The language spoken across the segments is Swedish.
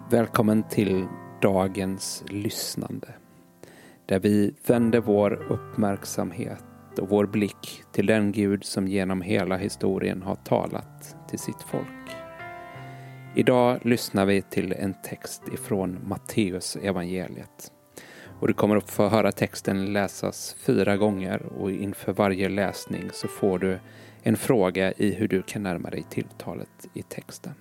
Välkommen till dagens lyssnande, där vi vänder vår uppmärksamhet och vår blick till den Gud som genom hela historien har talat till sitt folk. Idag lyssnar vi till en text ifrån Matteus evangeliet. Och du kommer att få höra texten läsas 4 gånger, och inför varje läsning så får du en fråga i hur du kan närma dig tilltalet i texten.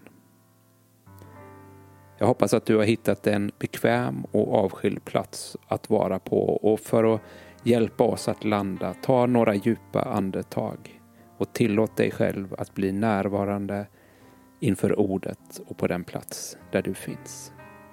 Jag hoppas att du har hittat en bekväm och avskild plats att vara på, och för att hjälpa oss att landa, ta några djupa andetag och tillåt dig själv att bli närvarande inför ordet och på den plats där du finns.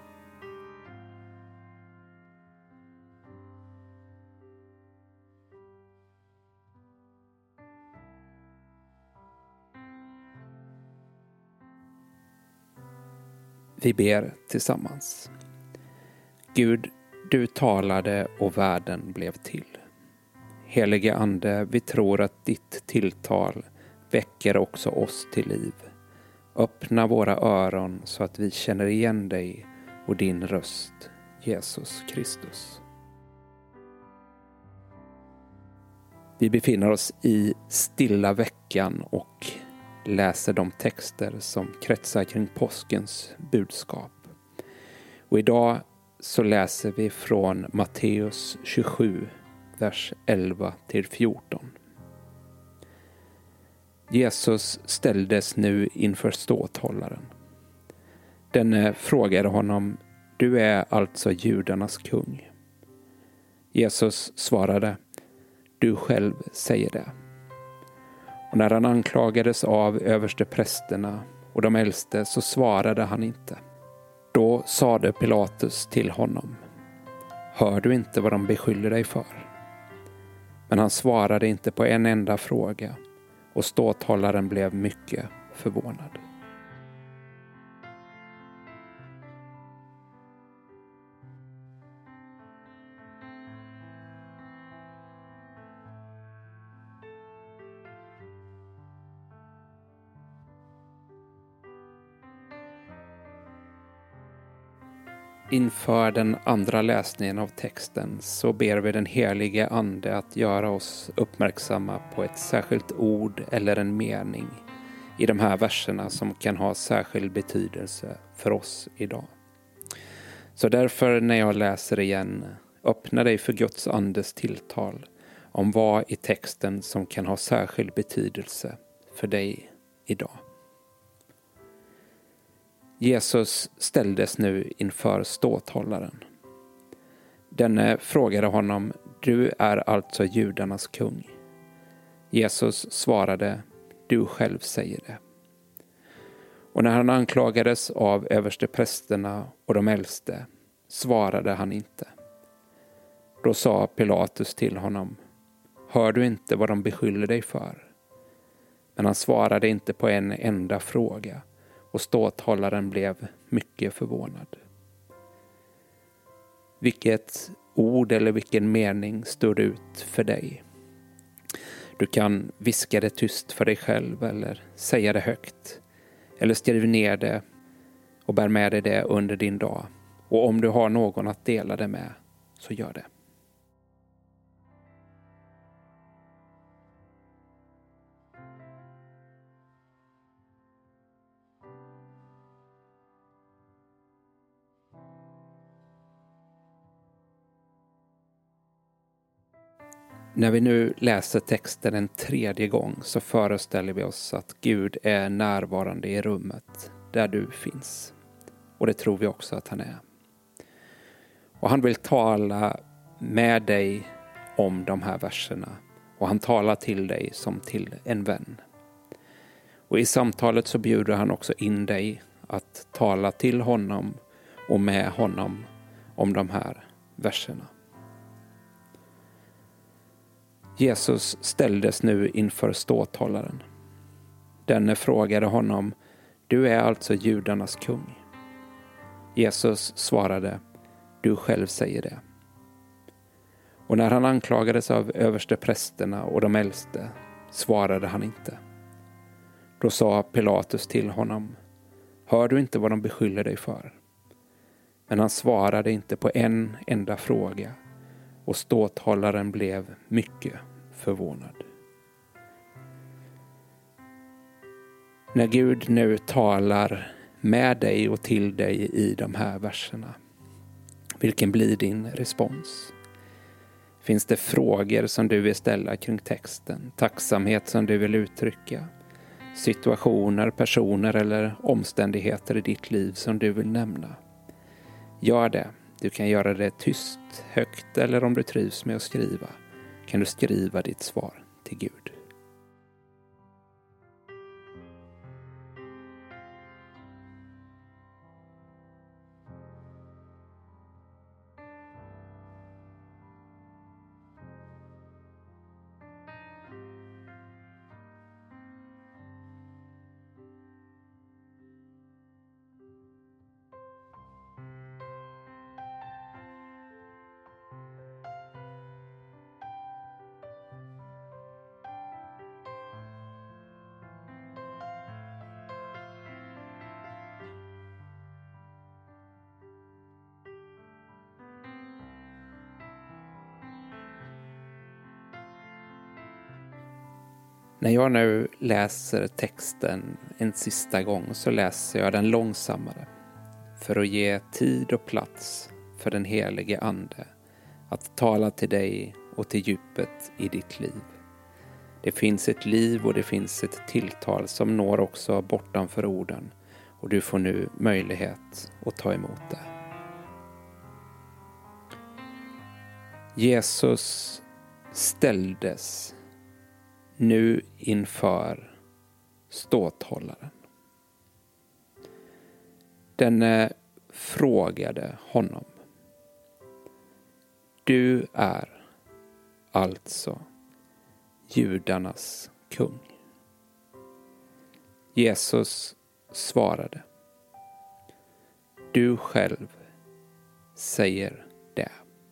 Vi ber tillsammans. Gud, du talade och världen blev till. Helige Ande, vi tror att ditt tilltal väcker också oss till liv. Öppna våra öron så att vi känner igen dig och din röst, Jesus Kristus. Vi befinner oss i stilla veckan och läser de texter som kretsar kring påskens budskap. Och idag så läser vi från Matteus 27, vers 11-14. Jesus ställdes nu inför ståthållaren. Denne frågade honom: "Du är alltså judarnas kung?" Jesus svarade: "Du själv säger det." Och när han anklagades av översteprästerna och de äldste så svarade han inte. Då sade Pilatus till honom: "Hör du inte vad de beskyller dig för?" Men han svarade inte på en enda fråga, och ståthållaren blev mycket förvånad. Inför den andra läsningen av texten så ber vi den helige Ande att göra oss uppmärksamma på ett särskilt ord eller en mening i de här verserna som kan ha särskild betydelse för oss idag. Så därför när jag läser igen, öppna dig för Guds andes tilltal om vad i texten som kan ha särskild betydelse för dig idag. Jesus ställdes nu inför ståthållaren. Denne frågade honom: "Du är alltså judarnas kung?" Jesus svarade: "Du själv säger det." Och när han anklagades av översteprästerna och de äldste svarade han inte. Då sa Pilatus till honom: "Hör du inte vad de beskyller dig för?" Men han svarade inte på en enda fråga, och ståthållaren blev mycket förvånad. Vilket ord eller vilken mening står ut för dig? Du kan viska det tyst för dig själv eller säga det högt. Eller skriv ner det och bär med dig det under din dag. Och om du har någon att dela det med, så gör det. När vi nu läser texten en 3:e gång så föreställer vi oss att Gud är närvarande i rummet där du finns. Och det tror vi också att han är. Och han vill tala med dig om de här verserna. Och han talar till dig som till en vän. Och i samtalet så bjuder han också in dig att tala till honom och med honom om de här verserna. Jesus ställdes nu inför ståthållaren. Denne frågade honom: "Du är alltså judarnas kung?" Jesus svarade: "Du själv säger det." Och när han anklagades av översteprästerna och de äldste svarade han inte. Då sa Pilatus till honom: "Hör du inte vad de beskyller dig för?" Men han svarade inte på en enda fråga och ståthållaren blev mycket förvånad. När Gud nu talar med dig och till dig i de här verserna, vilken blir din respons? Finns det frågor som du vill ställa kring texten? Tacksamhet som du vill uttrycka? Situationer, personer eller omständigheter i ditt liv som du vill nämna? Gör det. Du kan göra det tyst, högt eller om du trivs med att skriva kan du skriva ditt svar till Gud. När jag nu läser texten en sista gång så läser jag den långsammare för att ge tid och plats för den helige ande att tala till dig och till djupet i ditt liv. Det finns ett liv och det finns ett tilltal som når också bortanför orden och du får nu möjlighet att ta emot det. Jesus ställdes nu inför ståthållaren. Denne frågade honom: Du är alltså judarnas kung. Jesus svarade: Du själv säger det.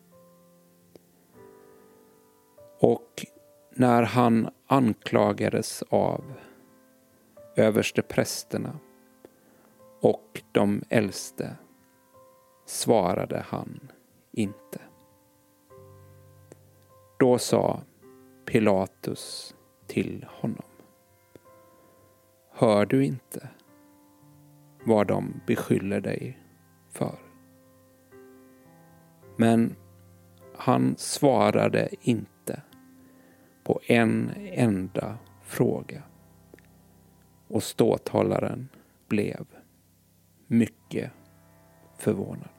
Och när han anklagades av översteprästerna och de äldste svarade han inte. Då sa Pilatus till honom: Hör du inte vad de beskyller dig för? Men han svarade inte på en enda fråga och ståthållaren blev mycket förvånad.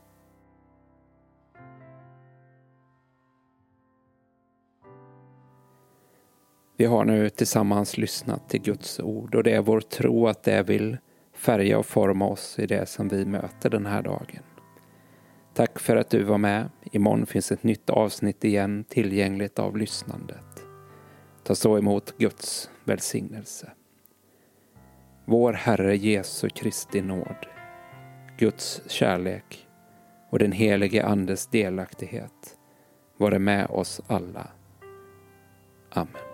Vi har nu tillsammans lyssnat till Guds ord och det är vår tro att det vill färga och forma oss i det som vi möter den här dagen. Tack för att du var med. Imorgon finns ett nytt avsnitt igen tillgängligt av lyssnandet. Ta så emot Guds välsignelse. Vår Herre Jesu Kristi nåd, Guds kärlek och den helige Andes delaktighet vare med oss alla. Amen.